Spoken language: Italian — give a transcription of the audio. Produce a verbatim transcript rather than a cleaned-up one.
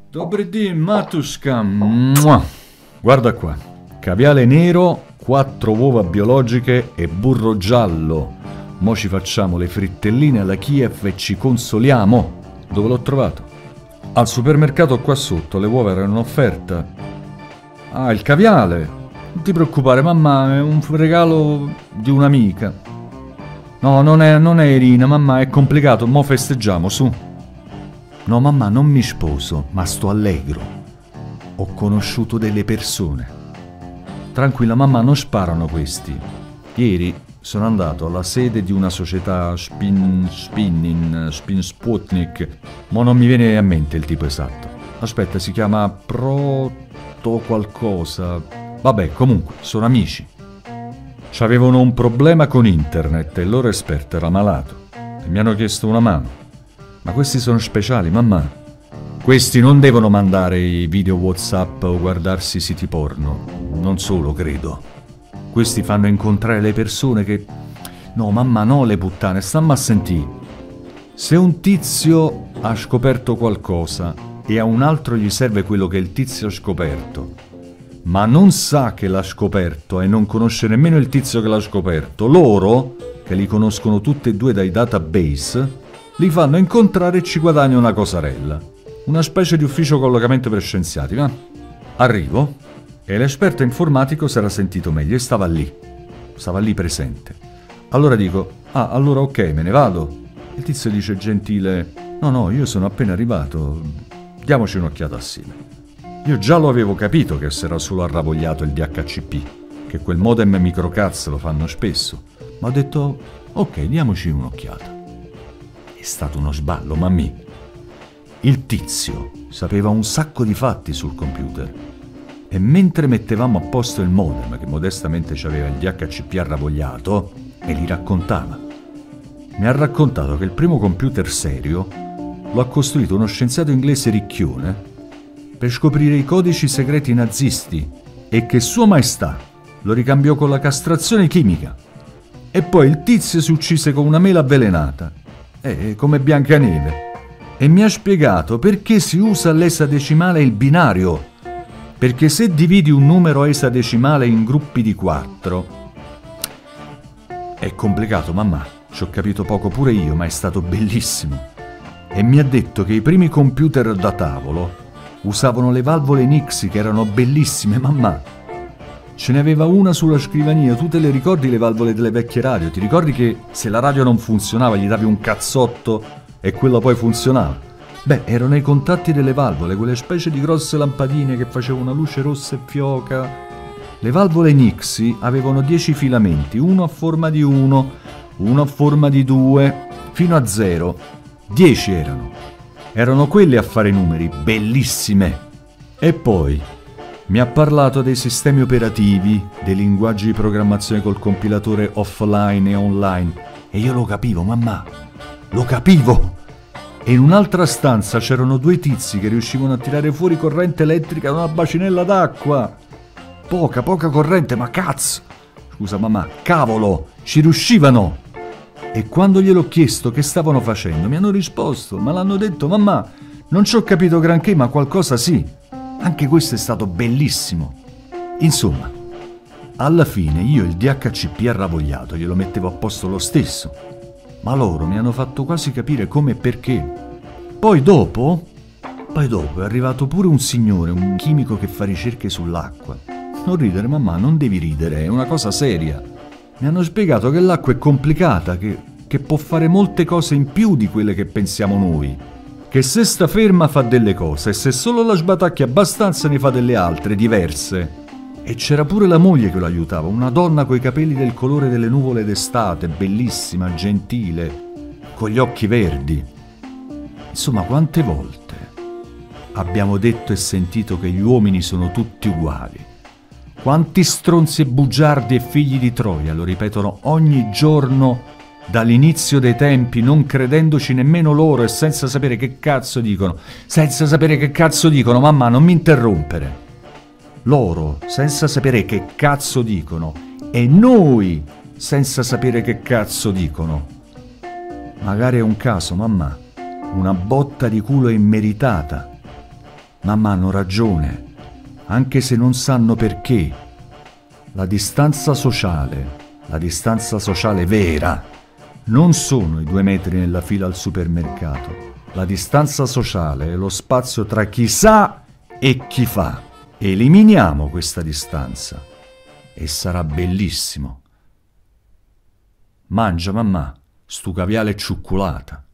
Dobry din, Matuszka. Mua. Guarda qua, caviale nero, quattro uova biologiche e burro giallo. Mo ci facciamo le frittelline alla Kiev e ci consoliamo. Dove l'ho trovato? Al supermercato qua sotto, le uova erano in offerta. Ah, il caviale. Non ti preoccupare, mamma, è un regalo di un'amica. No, non è, non è Irina, mamma, è complicato, mo festeggiamo, su. No, mamma, non mi sposo, ma sto allegro. Ho conosciuto delle persone. Tranquilla, mamma, non sparano questi. Ieri sono andato alla sede di una società Spin... Spinning... Spin Sputnik. Ma non mi viene a mente il tipo esatto. Aspetta, si chiama Proto qualcosa. Vabbè, comunque, sono amici. C'avevano un problema con internet e il loro esperto era malato. E mi hanno chiesto una mano. Ma questi sono speciali, mamma. Questi non devono mandare i video WhatsApp o guardarsi siti porno. Non solo, credo. Questi fanno incontrare le persone che... No, mamma, no, le puttane, stamma a sentire. Se un tizio ha scoperto qualcosa e a un altro gli serve quello che il tizio ha scoperto, ma non sa che l'ha scoperto e non conosce nemmeno il tizio che l'ha scoperto, loro, che li conoscono tutti e due dai database, li fanno incontrare e ci guadagna una cosarella. Una specie di ufficio collocamento per scienziati, va? Arrivo e l'esperto informatico si era sentito meglio e stava lì. Stava lì presente. Allora dico, ah, allora ok, me ne vado. Il tizio dice gentile, no, no, io sono appena arrivato, diamoci un'occhiata assieme. Io già lo avevo capito che si era solo arravogliato il D H C P, che quel modem microcaz lo fanno spesso, ma ho detto, ok, diamoci un'occhiata. È stato uno sballo, mammi. Il tizio sapeva un sacco di fatti sul computer e mentre mettevamo a posto il modem, che modestamente aveva il D H C P arravogliato, me li raccontava. Mi ha raccontato che il primo computer serio lo ha costruito uno scienziato inglese ricchione per scoprire i codici segreti nazisti e che Sua Maestà lo ricambiò con la castrazione chimica. E poi il tizio si uccise con una mela avvelenata. Eh, come Biancaneve. E mi ha spiegato perché si usa l'esadecimale e il binario. Perché se dividi un numero esadecimale in gruppi di quattro... È complicato, mamma. Ci ho capito poco pure io, ma è stato bellissimo. E mi ha detto che i primi computer da tavolo usavano le valvole Nixie che erano bellissime, mamma. Ce ne aveva una sulla scrivania, tu te le ricordi le valvole delle vecchie radio? Ti ricordi che se la radio non funzionava gli davi un cazzotto e quello poi funzionava? Beh, erano i contatti delle valvole, quelle specie di grosse lampadine che facevano una luce rossa e fioca. Le valvole Nixie avevano dieci filamenti, uno a forma di uno, uno a forma di due, fino a zero. Dieci erano. Erano quelle a fare numeri, bellissime. E poi... mi ha parlato dei sistemi operativi, dei linguaggi di programmazione col compilatore offline e online. E io lo capivo, mamma. Lo capivo. E in un'altra stanza c'erano due tizi che riuscivano a tirare fuori corrente elettrica da una bacinella d'acqua. Poca, poca corrente, ma cazzo. Scusa, mamma, cavolo, ci riuscivano. E quando gliel'ho chiesto che stavano facendo, mi hanno risposto, ma l'hanno detto, mamma, non ci ho capito granché, ma qualcosa sì. Anche questo è stato bellissimo. Insomma, alla fine io il D H C P arravogliato glielo mettevo a posto lo stesso, ma loro mi hanno fatto quasi capire come e perché. Poi dopo, poi dopo è arrivato pure un signore, un chimico che fa ricerche sull'acqua. Non ridere, mamma, non devi ridere, è una cosa seria. Mi hanno spiegato che l'acqua è complicata, che, che può fare molte cose in più di quelle che pensiamo noi. Che se sta ferma fa delle cose e se solo la sbatacchia abbastanza ne fa delle altre, diverse. E c'era pure la moglie che lo aiutava, una donna coi capelli del colore delle nuvole d'estate, bellissima, gentile, con gli occhi verdi. Insomma, quante volte abbiamo detto e sentito che gli uomini sono tutti uguali. Quanti stronzi e bugiardi e figli di Troia lo ripetono ogni giorno dall'inizio dei tempi, non credendoci nemmeno loro e senza sapere che cazzo dicono. Senza sapere che cazzo dicono, mamma, non mi interrompere. Loro senza sapere che cazzo dicono e noi senza sapere che cazzo dicono. Magari è un caso, mamma, una botta di culo immeritata. Mamma hanno ragione, anche se non sanno perché. La distanza sociale, la distanza sociale vera, non sono i due metri nella fila al supermercato. La distanza sociale è lo spazio tra chi sa e chi fa. Eliminiamo questa distanza e sarà bellissimo. Mangia, mamma, stu caviale e cioccolata.